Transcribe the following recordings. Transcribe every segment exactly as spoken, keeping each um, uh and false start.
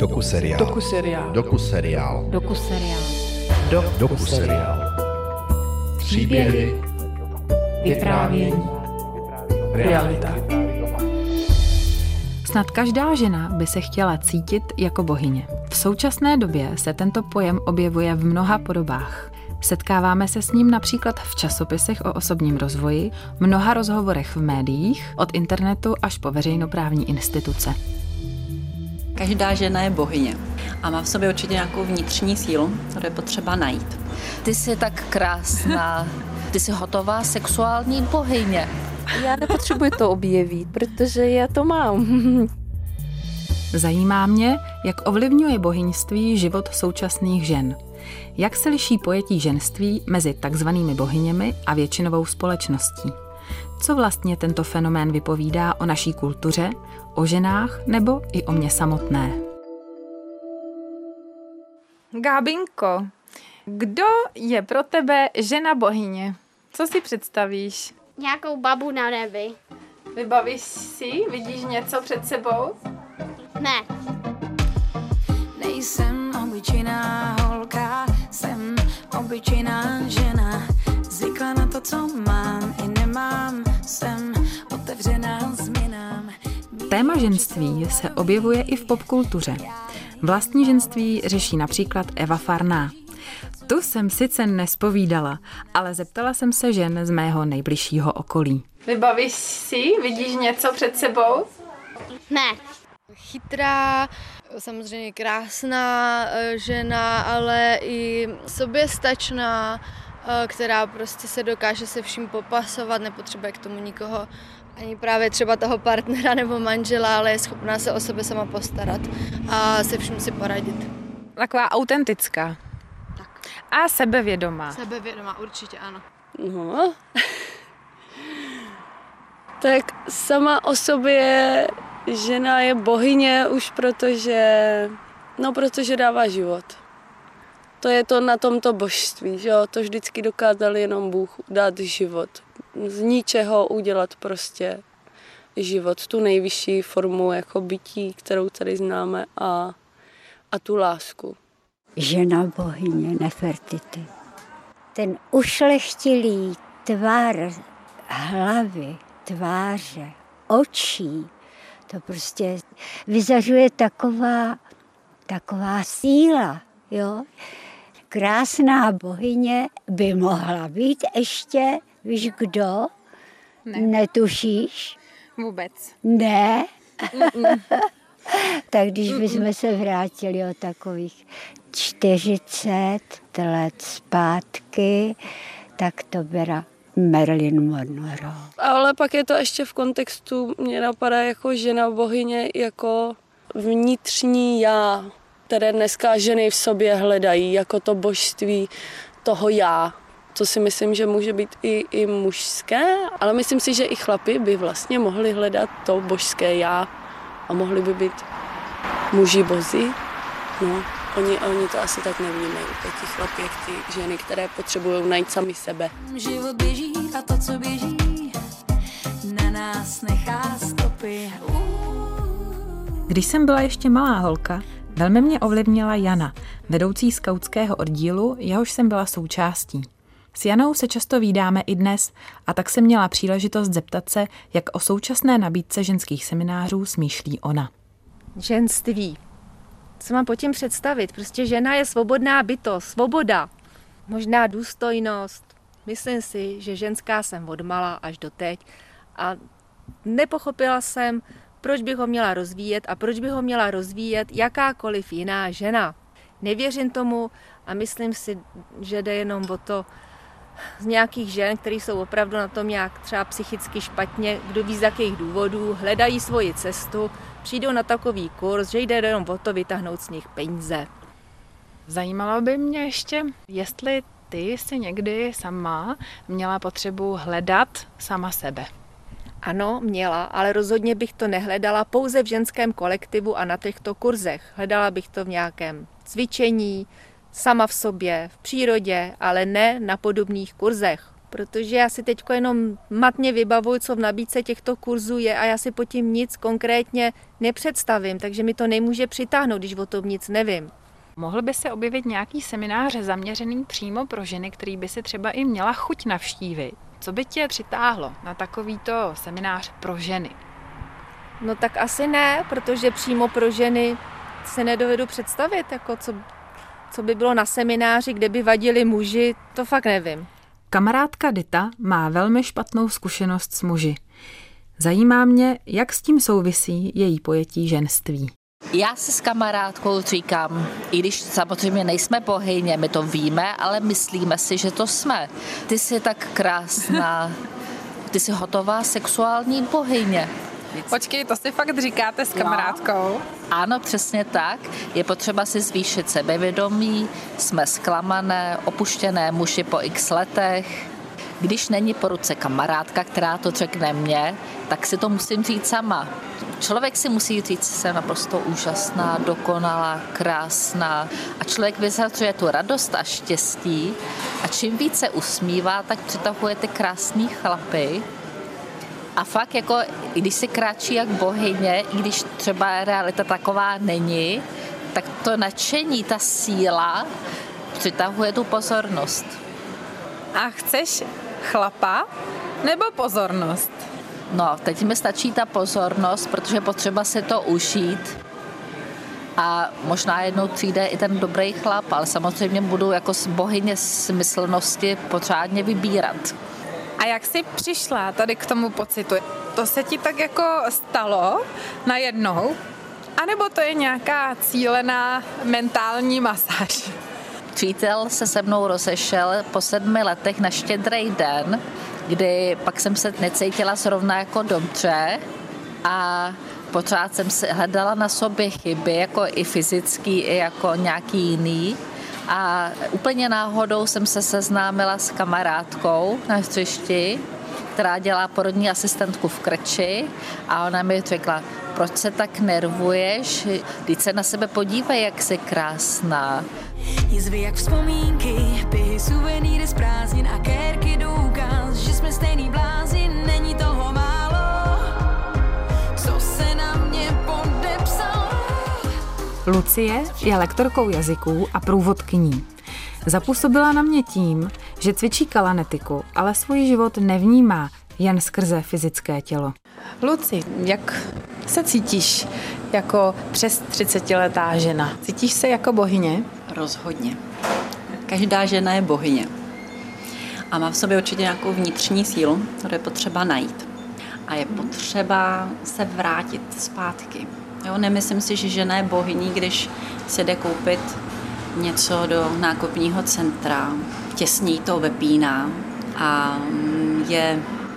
Dokuseriál. Dokuseriál. Dokuseriál. Dokuseriál. Do- Dokuseriál. Příběhy. Vyprávění. Realita. Snad každá žena by se chtěla cítit jako bohyně. V současné době se tento pojem objevuje v mnoha podobách. Setkáváme se s ním například v časopisech o osobním rozvoji, mnoha rozhovorech v médiích, od internetu až po veřejnoprávní instituce. Každá žena je bohyně a má v sobě určitě nějakou vnitřní sílu, kterou je potřeba najít. Ty jsi tak krásná, ty jsi hotová sexuální bohyně. Já nepotřebuji to objevit, protože já to mám. Zajímá mě, jak ovlivňuje bohyňství život současných žen. Jak se liší pojetí ženství mezi takzvanými bohyněmi a většinovou společností? Co vlastně tento fenomén vypovídá o naší kultuře, o ženách nebo i o mně samotné? Gábinko, kdo je pro tebe žena bohyně? Co si představíš? Nějakou babu na nebi. Vybavíš si? Vidíš něco před sebou? Ne. Nejsem obyčejná holka, jsem obyčejná žena. Zvykla na to, co mám i nemám, jsem otevřená změnám. Téma ženství se objevuje i v popkultuře. Vlastní ženství řeší například Eva Farná. Tu jsem sice nespovídala, ale zeptala jsem se žen z mého nejbližšího okolí. Vybavíš si? Vidíš něco před sebou? Ne. Chytrá, samozřejmě krásná žena, ale i soběstačná, která prostě se dokáže se vším popasovat, nepotřebuje k tomu nikoho, ani právě třeba toho partnera nebo manžela, ale je schopná se o sebe sama postarat a se vším si poradit. Taková autentická. Tak. A sebevědomá. Sebevědomá, určitě ano. No. Tak sama o sobě žena je bohyně už protože, no protože dává život. To je to na tomto božství, že jo, to vždycky dokázal jenom Bůh dát život. Z ničeho udělat prostě život, tu nejvyšší formu jako bytí, kterou tady známe a, a tu lásku. Žena bohyně Nefertity. Ten ušlechtilý tvar hlavy, tváře, očí, to prostě vyzařuje taková, taková síla, jo. Krásná bohyně by mohla být ještě, víš kdo? Ne. Netušíš? Vůbec. Ne? Tak když bychom se vrátili o takových čtyřicet let zpátky, tak to byla Marilyn Monroe. Ale pak je to ještě v kontextu, mě napadá jako žena bohyně, jako vnitřní já, které dneska ženy v sobě hledají, jako to božství toho já. To si myslím, že může být i, i mužské, ale myslím si, že i chlapi by vlastně mohli hledat to božské já a mohli by být muži bozi. No, oni, oni to asi tak nevnímají, ti chlapi, jak ty ženy, které potřebují najít sami sebe. Život běží a to, co běží, na nás nechá stopy. Když jsem byla ještě malá holka, velmi mě ovlivnila Jana, vedoucí skautského oddílu, jehož jsem byla součástí. S Janou se často vídáme i dnes a tak jsem měla příležitost zeptat se, jak o současné nabídce ženských seminářů smýšlí ona. Ženství. Co mám pod tím představit? Prostě žena je svobodná bytost, svoboda, možná důstojnost. Myslím si, že ženská jsem odmala až do teď a nepochopila jsem, proč bych ho měla rozvíjet a proč bych ho měla rozvíjet jakákoliv jiná žena. Nevěřím tomu a myslím si, že jde jenom o to z nějakých žen, které jsou opravdu na tom nějak třeba psychicky špatně, kdo ví z jakých důvodů, hledají svoji cestu, přijdou na takový kurz, že jde jenom o to vytáhnout z nich peníze. Zajímalo by mě ještě, jestli ty jsi někdy sama měla potřebu hledat sama sebe. Ano, měla, ale rozhodně bych to nehledala pouze v ženském kolektivu a na těchto kurzech. Hledala bych to v nějakém cvičení, sama v sobě, v přírodě, ale ne na podobných kurzech. protože já si teď jenom matně vybavuju, co v nabídce těchto kurzů je a já si pod tím nic konkrétně nepředstavím, takže mi to nemůže přitáhnout, když o tom nic nevím. Mohl by se objevit nějaký seminář zaměřený přímo pro ženy, který by si třeba i měla chuť navštívit? Co by tě přitáhlo na takovýto seminář pro ženy? No tak asi ne, protože přímo pro ženy se nedovedu představit, jako co, co by bylo na semináři, kde by vadili muži, to fakt nevím. Kamarádka Dita má velmi špatnou zkušenost s muži. Zajímá mě, jak s tím souvisí její pojetí ženství. Já si s kamarádkou říkám, i když samozřejmě nejsme bohyně, my to víme, ale myslíme si, že to jsme. Ty jsi tak krásná, ty jsi hotová sexuální bohyně. Počkej, to si fakt říkáte s kamarádkou? No, ano, přesně tak. Je potřeba si zvýšit sebevědomí, jsme zklamané, opuštěné muži po x letech. Když není po ruce kamarádka, která to řekne mně, tak si to musím říct sama. Člověk si musí říct, že jsem naprosto úžasná, dokonalá, krásná a člověk vyzařuje tu radost a štěstí a čím více usmívá, tak přitahuje ty krásný chlapy. A fakt jako, i když si kráčí jak bohyně, i když třeba realita taková není, tak to nadšení, ta síla přitahuje tu pozornost. A chceš chlapa nebo pozornost? No, teď mi stačí ta pozornost, protože je potřeba si to užít. A možná jednou přijde i ten dobrý chlap, ale samozřejmě budu jako bohyně smyslnosti pořádně vybírat. A jak jsi přišla tady k tomu pocitu? To se ti tak jako stalo najednou? A nebo to je nějaká cílená mentální masáž? Přítel se se mnou rozešel po sedmi letech na Štědrý den, kdy pak jsem se necítila zrovna jako dobře a pořád jsem se hledala na sobě chyby, jako i fyzický, i jako nějaký jiný. A úplně náhodou jsem se seznámila s kamarádkou na hřišti, která dělá porodní asistentku v Krči a ona mi řekla, proč se tak nervuješ, teď se na sebe podívej, jak jsi krásná. Jizvy jak vzpomínky, pihy, suvenýry z prázdnin a kérky důkaz, že jsme stejný blázni, není toho málo, co se na mě podepsalo. Lucie je lektorkou jazyků a průvodkyní. Zapůsobila na mě tím, že cvičí kalanetiku, ale svůj život nevnímá jen skrze fyzické tělo. Luci, jak se cítíš jako přes třicetiletá žena? Cítíš se jako bohyně? Rozhodně. Každá žena je bohyně. A má v sobě určitě nějakou vnitřní sílu, kterou je potřeba najít. A je potřeba se vrátit zpátky. Jo, nemyslím si, že žena je bohyní, když se jde koupit něco do nákupního centra, těsně jí to vypíná a je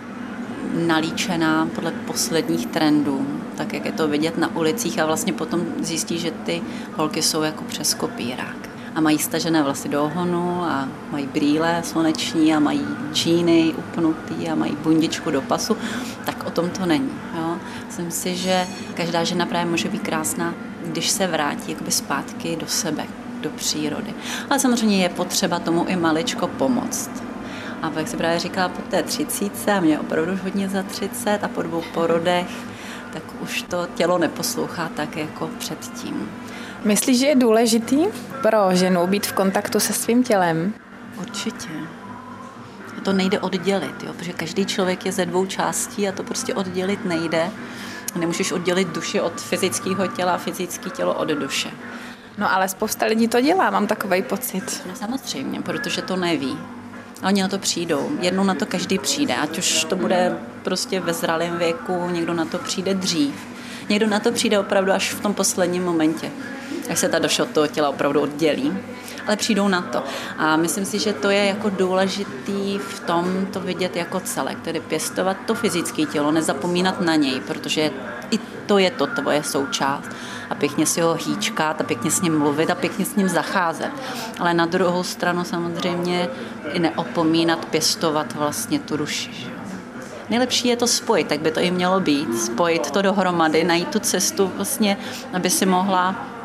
nalíčená podle posledních trendů, tak jak je to vidět na ulicích a vlastně potom zjistí, že ty holky jsou jako přes kopírák. A mají stažené vlasy do ohonu a mají brýle sluneční a mají džíny upnutý a mají bundičku do pasu, tak o tom to není. Jo? Myslím si, že každá žena právě může být krásná, když se vrátí jakoby zpátky do sebe, do přírody. Ale samozřejmě je potřeba tomu i maličko pomoct. A jak si právě říkala, po té třicítce, a mě opravdu už hodně za třicet a po dvou porodech, tak už to tělo neposlouchá tak jako předtím. Myslíš, že je důležitý pro ženu být v kontaktu se svým tělem? Určitě. A to nejde oddělit, jo? Protože každý člověk je ze dvou částí a to prostě oddělit nejde. Nemůžeš oddělit duši od fyzického těla a fyzické tělo od duše. No ale spousta lidí to dělá, mám takovej pocit. No samozřejmě, protože to neví. A oni na to přijdou. Jednou na to každý přijde, ať už to bude prostě ve zralém věku, někdo na to přijde dřív. Někdo na to přijde opravdu až v tom posledním momentě, až se ta duše od toho těla opravdu oddělí. Ale přijdou na to. A myslím si, že to je jako důležitý v tom to vidět jako celek, tedy pěstovat to fyzické tělo, nezapomínat na něj, protože i to je to tvoje součást. A pěkně si ho hýčkat a pěkně s ním mluvit a pěkně s ním zacházet. Ale na druhou stranu samozřejmě i neopomínat pěstovat vlastně tu duši. Že? Nejlepší je to spojit, tak by to i mělo být. Spojit to dohromady, najít tu cestu vlastně, aby si mohla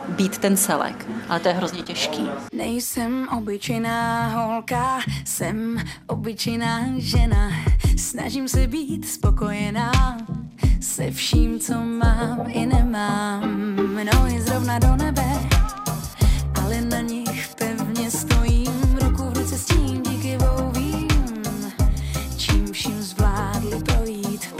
být ten celek. Ale to je hrozně těžký. Nejsem obyčejná holka, jsem obyčejná žena. Snažím se být spokojená se vším, co mám i nemám. Nohy zrovna do nebe, ale na nich pevně stojím. Ruku v ruce s tím díky Bohu vím, čím vším zvládli projít.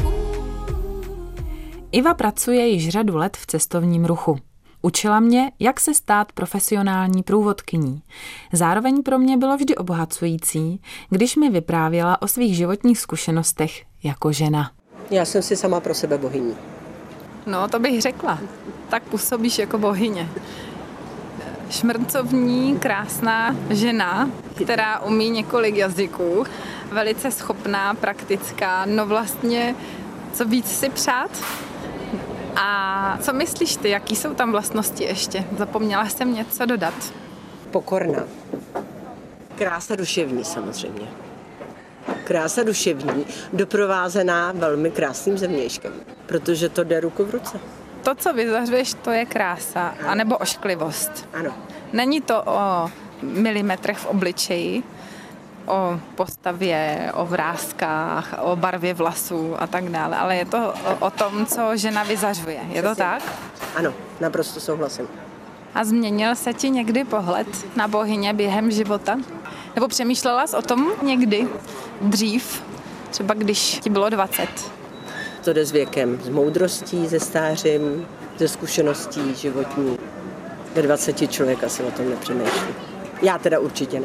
Iva pracuje již řadu let v cestovním ruchu. Učila mě, jak se stát profesionální průvodkyní. Zároveň pro mě bylo vždy obohacující, když mi vyprávěla o svých životních zkušenostech jako žena. Já jsem si sama pro sebe bohyní. No, to bych řekla. Tak působíš jako bohyně. Šmrncovní, krásná žena, která umí několik jazyků, velice schopná, praktická, no vlastně, co víc si přát. A co myslíš ty, jaký jsou tam vlastnosti ještě? Zapomněla jsem něco dodat. Pokorná. Krása duševní samozřejmě. Krása duševní, doprovázená velmi krásným zevnějškem, protože to jde ruku v ruce. To, co vyzařuješ, to je krása, anebo ošklivost. Ano. Není to o milimetrech v obličeji, o postavě, o vráskách, o barvě vlasů a tak dále, ale je to o, o tom, co žena vyzařuje. Je to tak? Ano, naprosto souhlasím. A změnil se ti někdy pohled na bohyně během života? Nebo přemýšlela jsi o tom někdy dřív, třeba když ti bylo dvacet? To jde s věkem, s moudrostí, se stářím, ze zkušeností životní. Ve dvaceti člověk asi o tom nepřemýšlí. Já teda určitě ne.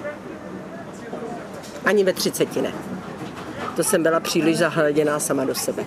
Ani ve třiceti ne. To jsem byla příliš zahleděná sama do sebe.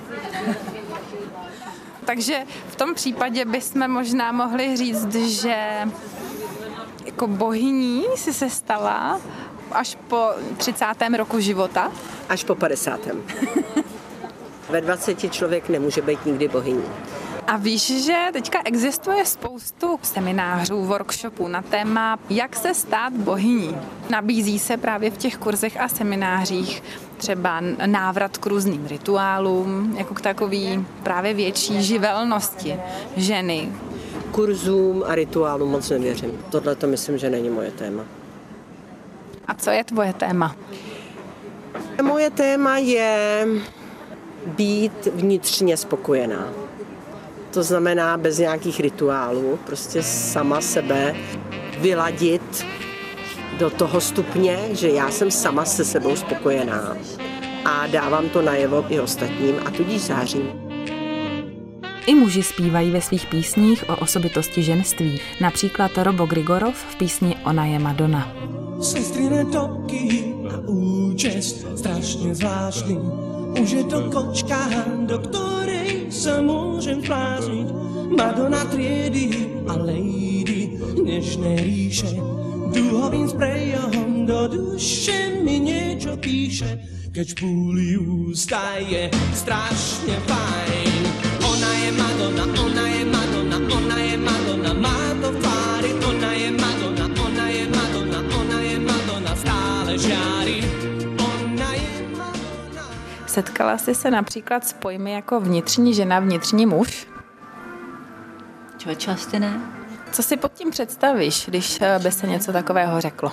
Takže v tom případě bychom možná mohli říct, že jako bohyní jsi se stala až po třicátém roku života? Až po padesátém. Ve dvaceti člověk nemůže být nikdy bohyní. A víš, že teďka existuje spoustu seminářů, workshopů na téma, jak se stát bohyní. Nabízí se právě v těch kurzech a seminářích třeba návrat k různým rituálům, jako k takový právě větší živelnosti ženy. Kurzům a rituálům moc nevěřím. Tohle to myslím, že není moje téma. A co je tvoje téma? Moje téma je být vnitřně spokojená. To znamená bez nějakých rituálů, prostě sama sebe vyladit do toho stupně, že já jsem sama se sebou spokojená a dávám to najevo i ostatním a tudíž zářím. I muži zpívají ve svých písních o osobitosti ženství, například Robo Grigorov v písni Ona je Madonna. Sestrine toky a účest strašně zvláštní. Už je to kočka, do ktorej sa môžem zblázniť. Madonna triedy a lady dnešné ríše. Duhovým sprejom do duše mi niečo píše. Keď púli ústa je strašne fajn. Ona je Madonna, ona je Madonna, ona je Madonna, má to v tvári. Ona je Madonna, ona je Madonna, ona je Madonna, stále žiari. Setkala jsi se například s pojmy jako vnitřní žena, vnitřní muž? Člověče, asi ne. Co si pod tím představíš, když by se něco takového řeklo?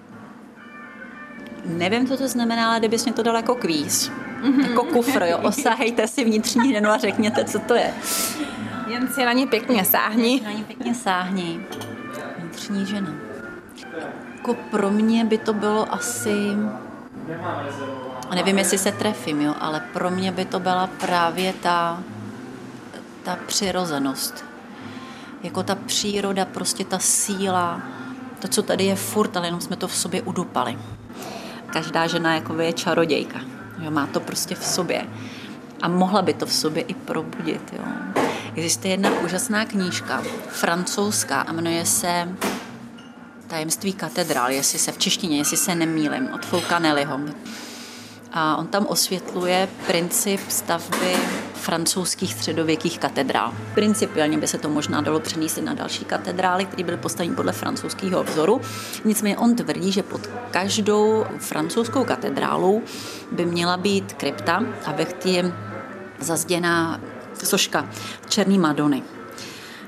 Nevím, co to znamená, ale kdybys mě to dal jako kvíz. Mm-hmm. Jako kufr, jo. Osahejte si vnitřní ženu a řekněte, co to je. Jen si na ní pěkně sáhni. Na ní pěkně sáhni. Vnitřní žena. Jako pro mě by to bylo asi... Nevím, jestli se trefím, jo, ale pro mě by to byla právě ta, ta přirozenost. Jako ta příroda, prostě ta síla, to, co tady je furt, ale jenom jsme to v sobě udupali. Každá žena jako je čarodějka, jo, má to prostě v sobě. A mohla by to v sobě i probudit. Jo. Existuje jedna úžasná knížka, francouzská, a jmenuje se Tajemství katedrál, jestli se v češtině, jestli se nemýlim, od Fulcanelliho. A on tam osvětluje princip stavby francouzských středověkých katedrál. Principiálně by se to možná dalo přenést na další katedrály, které byly postaveny podle francouzského vzoru. Nicméně on tvrdí, že pod každou francouzskou katedrálou by měla být krypta a ve které je zazděná soška Černé Madony.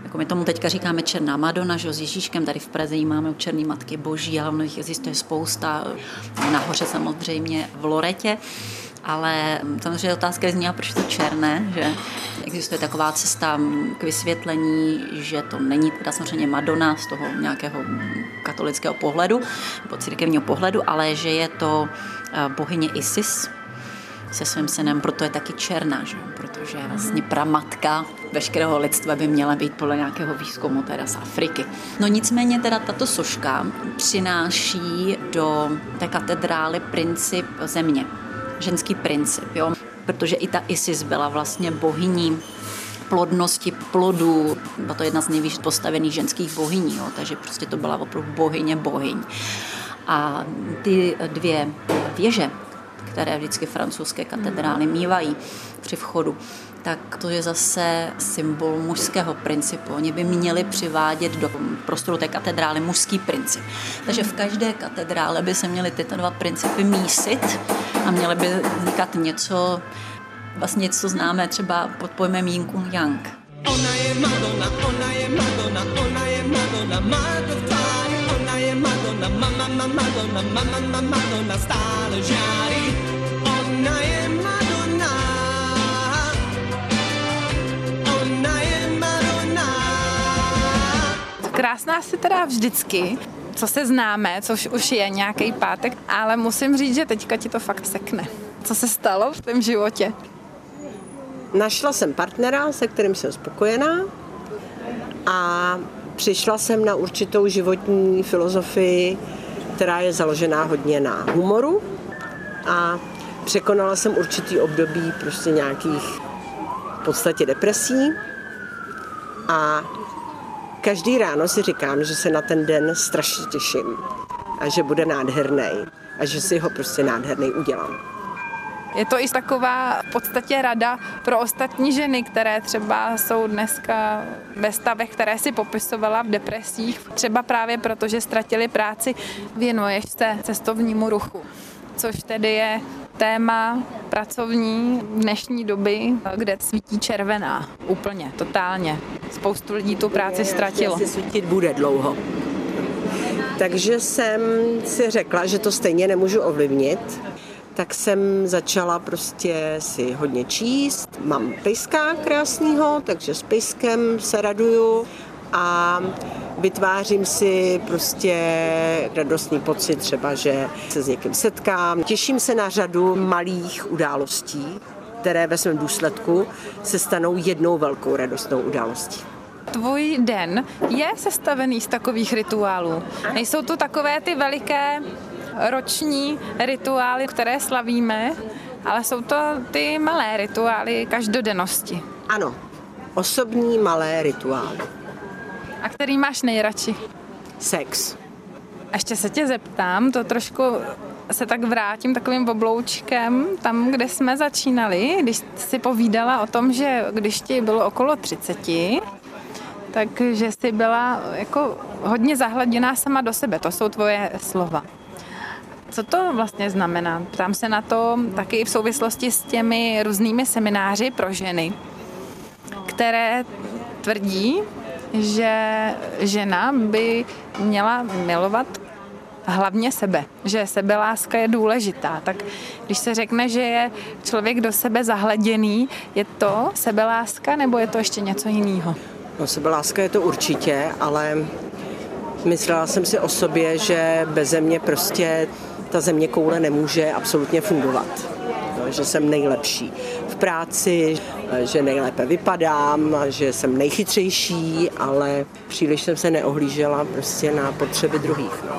Jako my tomu teďka říkáme černá Madonna, že s Ježíškem, tady v Praze máme u Černé Matky Boží, ale jich existuje spousta, nahoře samozřejmě v Loretě. Ale samozřejmě otázka je zněla, proč je to černé, že existuje taková cesta k vysvětlení, že to není teda samozřejmě Madonna z toho nějakého katolického pohledu, nebo církevního pohledu, ale že je to bohyně Isis se svým synem, proto je taky černá, že? Protože vlastně pramatka veškerého lidstva by měla být podle nějakého výzkumu teda z Afriky. No nicméně teda tato soška přináší do té katedrály princip země. Ženský princip, jo? Protože i ta Isis byla vlastně bohyní plodnosti, plodu, byla to jedna z nejvíc postavených ženských bohyní, jo? Takže prostě to byla opravdu bohyně bohyň. A ty dvě věže, které vždycky francouzské katedrály mívají při vchodu, tak to je zase symbol mužského principu. Oni by měli přivádět do prostoru té katedrály mužský princip. Takže v každé katedrále by se měly tyto dva principy mísit a měly by vznikat něco, vlastně něco známé třeba pod pojmem Yin Kung Yang. Ona je Madonna, ona je Madonna, ona je Madonna, má to v tváři, ona je Madonna, mama, mama, Madonna, mama, mama, Madonna, stále žárí. Ona je Madonna, ona je Madonna. Krásná si teda vždycky, co se známe, což už je nějaký pátek, ale musím říct, že teďka ti to fakt sekne. Co se stalo v tvém životě? Našla jsem partnera, se kterým jsem spokojená a přišla jsem na určitou životní filozofii, která je založená hodně na humoru a překonala jsem určitý období prostě nějakých v podstatě depresí a každý ráno si říkám, že se na ten den strašně těším a že bude nádherný a že si ho prostě nádherný udělám. Je to i taková v podstatě rada pro ostatní ženy, které třeba jsou dneska ve stavech, které si popisovala v depresích, třeba právě proto, že ztratili práci, věnuješ se cestovnímu ruchu, což tedy je téma pracovní dnešní doby, kde svítí červená, úplně, totálně. Spoustu lidí tu práci ztratilo. Asi svítit bude dlouho. Takže jsem si řekla, že to stejně nemůžu ovlivnit, tak jsem začala prostě si hodně číst. Mám pejska krásnýho, takže s pejskem se raduju a vytvářím si prostě radostný pocit, třeba, že se s někým setkám. Těším se na řadu malých událostí, které ve svém důsledku se stanou jednou velkou radostnou událostí. Tvůj den je sestavený z takových rituálů. Nejsou to takové ty veliké roční rituály, které slavíme, ale jsou to ty malé rituály každodennosti. Ano, osobní malé rituály. A který máš nejradši? Sex. Ještě se tě zeptám, to trošku se tak vrátím takovým obloučkem tam, kde jsme začínali, když jsi povídala o tom, že když ti bylo okolo třiceti, takže jsi byla jako hodně zahladěná sama do sebe. To jsou tvoje slova. Co to vlastně znamená? Ptám se na to taky v souvislosti s těmi různými semináři pro ženy, které tvrdí, že žena by měla milovat hlavně sebe, že sebeláska je důležitá. Tak když se řekne, že je člověk do sebe zahleděný, je to sebeláska nebo je to ještě něco jiného? No, sebeláska je to určitě, ale myslela jsem si o sobě, že beze mě prostě ta země koule nemůže absolutně fungovat. No, že jsem nejlepší v práci, že nejlépe vypadám, že jsem nejchytřejší, ale příliš jsem se neohlížela prostě na potřeby druhých. No.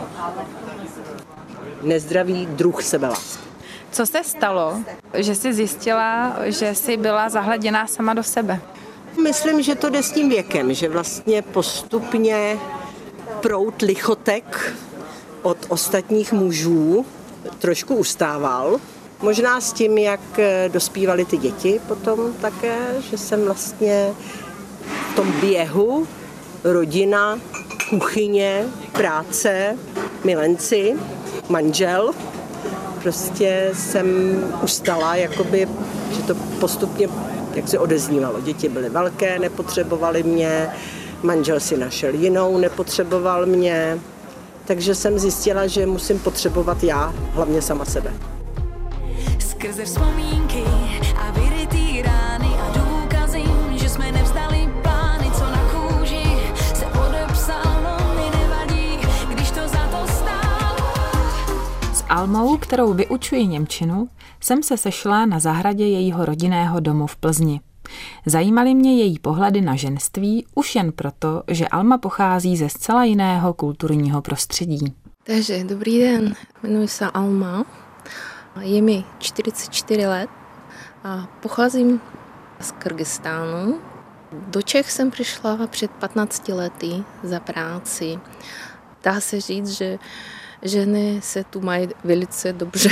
Nezdravý druh sebelásky. Co se stalo, že jsi zjistila, že jsi byla zahleděná sama do sebe? Myslím, že to jde s tím věkem, že vlastně postupně proud lichotek od ostatních mužů trošku ustával. Možná s tím, jak dospívaly ty děti potom také, že jsem vlastně v tom běhu rodina, kuchyně, práce, milenci, manžel. Prostě jsem ustala, jakoby, že to postupně jak se odeznívalo. Děti byly velké, nepotřebovaly mě, manžel si našel jinou, nepotřeboval mě, takže jsem zjistila, že musím potřebovat já, hlavně sama sebe. Skrze vzpomínky a vyrytý rány a důkazy, že jsme nevzdali plány, co na kůži se podepsalo, mi nevadí, když to za to stálo. S Almou, kterou vyučuji němčinu, jsem se sešla na zahradě jejího rodinného domu v Plzni. Zajímaly mě její pohledy na ženství už jen proto, že Alma pochází ze zcela jiného kulturního prostředí. Takže dobrý den, jmenuji se Alma, je mi čtyřicet čtyři let a pocházím z Kyrgyzstánu. Do Čech jsem přišla před patnácti lety za práci. Dá se říct, že ženy se tu mají velice dobře.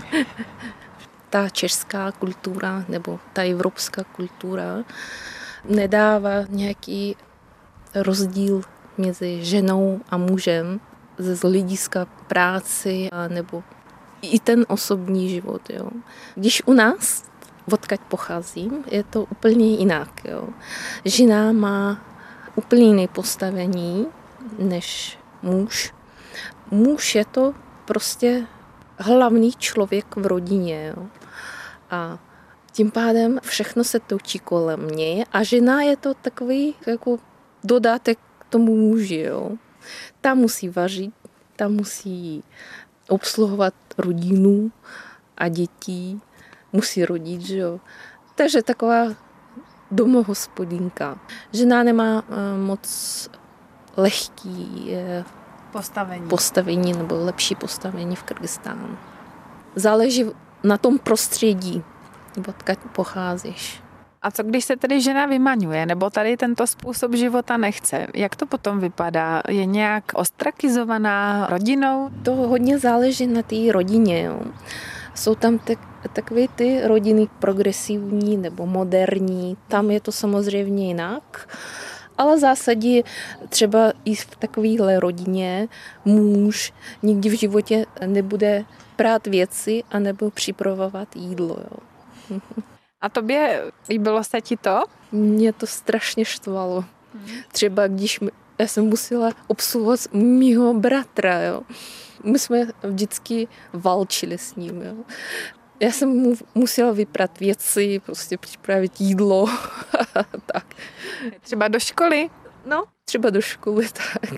Ta česká kultura nebo ta evropská kultura nedává nějaký rozdíl mezi ženou a mužem z hlediska práci nebo i ten osobní život. Jo. Když u nás, odkud pocházím, je to úplně jinak. Jo. Žena má úplně jiné postavení než muž. Muž je to prostě hlavní člověk v rodině. Jo. A tím pádem všechno se točí kolem mě a žena je to takový jako dodatek k tomu muži. Jo. Ta musí vařit, ta musí obsluhovat rodinu a děti, musí rodit, že jo. Takže taková domohospodinka. Žena nemá uh, moc lehký uh, postavení. postavení nebo lepší postavení v Kyrgyzstánu. Záleží na tom prostředí, odkud pocházíš. A co když se tedy žena vymaňuje, nebo tady tento způsob života nechce? Jak to potom vypadá? Je nějak ostrakizovaná rodinou? To hodně záleží na té rodině. Jo. Jsou tam tak, takové ty rodiny progresivní nebo moderní, tam je to samozřejmě jinak. Ale v zásadě třeba i v takovéhle rodině muž nikdy v životě nebude prát věci a nebo připravovat jídlo. Jo. A tobě líbilo se ti to? Mě to strašně štvalo. Třeba když já jsem musela obsluhovat mýho bratra. Jo. My jsme vždycky válčili s ním. Jo. Já jsem mu musela vyprat věci, prostě připravit jídlo. Tak. Třeba do školy? No, třeba do školy, tak.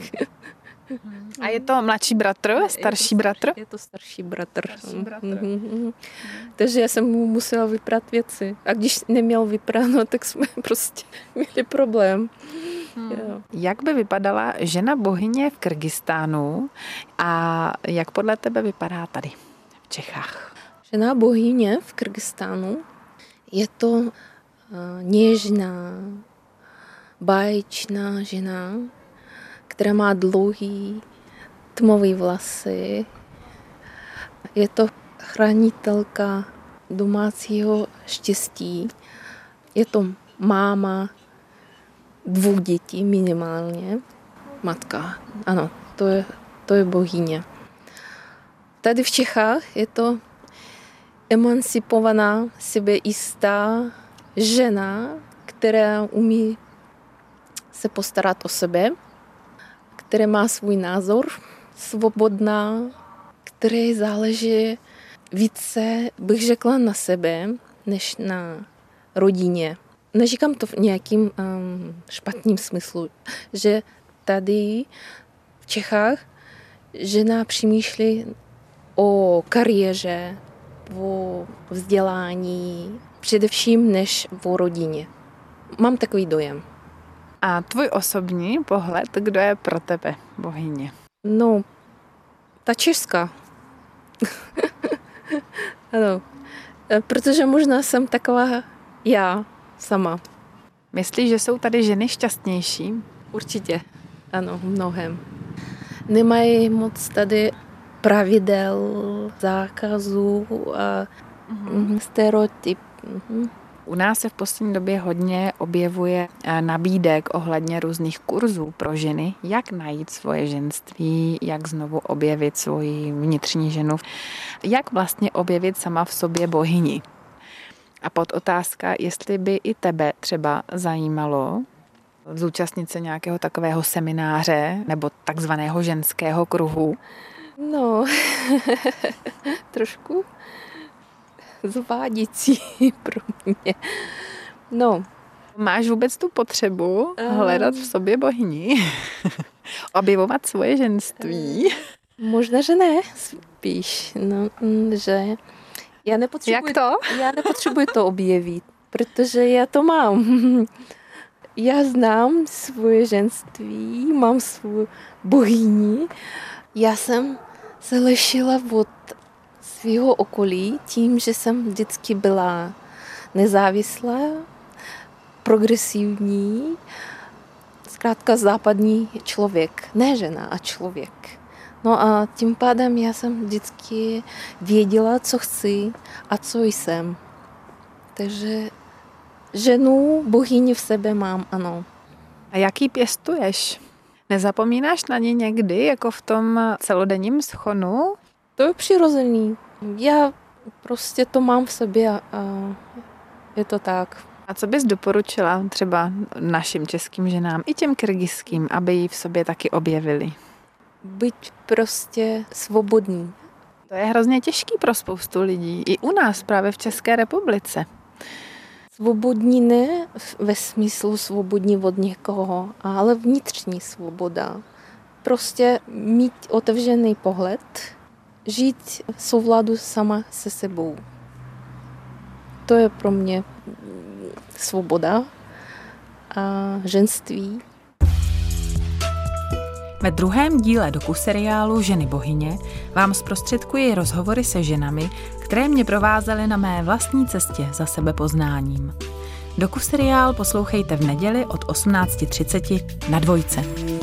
A je to mladší bratr, starší bratr? Je to starší bratr. Starší bratr. Mm-hmm. Takže já jsem mu musela vyprat věci. A když neměl vypráno, tak jsme prostě měli problém. Hmm. Jak by vypadala žena bohyně v Kyrgyzstánu a jak podle tebe vypadá tady v Čechách? Žena bohyně v Kyrgyzstánu je to uh, něžná, báječná žena, která má dlouhý tmavý vlasy. Je to chránitelka domácího štěstí. Je to máma dvou dětí minimálně. Matka, ano, to je, to je bohyně. Tady v Čechách je to emancipovaná, sebejistá žena, která umí se postarat o sebe, která má svůj názor, svobodná, které záleží více, bych řekla, na sebe, než na rodině. Neříkám to v nějakým um, špatným smyslu, že tady v Čechách žena přemýšlí o kariéře, o vzdělání, především než o rodině. Mám takový dojem. A tvůj osobní pohled, kdo je pro tebe bohyně? No, ta česká. Ano, protože možná jsem taková já sama. Myslíš, že jsou tady ženy šťastnější? Určitě, ano, mnohem. Nemají moc tady pravidel, zákazů a mm-hmm. stereotyp. Mm-hmm. U nás se v poslední době hodně objevuje nabídek ohledně různých kurzů pro ženy, jak najít svoje ženství, jak znovu objevit svoji vnitřní ženu, jak vlastně objevit sama v sobě bohyni. A podotázka, jestli by i tebe třeba zajímalo, zúčastnit se nějakého takového semináře nebo takzvaného ženského kruhu? No, trošku zvádějící pro mě. No. Máš vůbec tu potřebu hledat v sobě bohyni? Objevovat svoje ženství? Možná, že ne, spíš, no, že já nepotřebuji, Jak to? Já nepotřebuji to objevit, protože já to mám. Já znám svoje ženství, mám svou bohyni. Já jsem se lišila od svého okolí tím, že jsem vždycky byla nezávislá, progresivní, zkrátka západní člověk, ne žena, a člověk. No a tím pádem já jsem vždycky věděla, co chci a co jsem. Takže ženu, bohyni v sebe mám, ano. A jaký pěstuješ? Nezapomínáš na ně někdy, jako v tom celodenním schonu? To je přirozený. Já prostě to mám v sobě a je to tak. A co bys doporučila třeba našim českým ženám i těm kyrgyzským, aby ji v sobě taky objevili? Být prostě svobodný. To je hrozně těžký pro spoustu lidí. I u nás právě v České republice. Svobodní ne ve smyslu svobodní od někoho, ale vnitřní svoboda. Prostě mít otevřený pohled, žít v souladu sama se sebou. To je pro mě svoboda a ženství. Ve druhém díle dokuseriálu Ženy bohyně vám zprostředkuji rozhovory se ženami, které mě provázely na mé vlastní cestě za sebepoznáním. Dokuseriál poslouchejte v neděli od osmnáct třicet na Dvojce.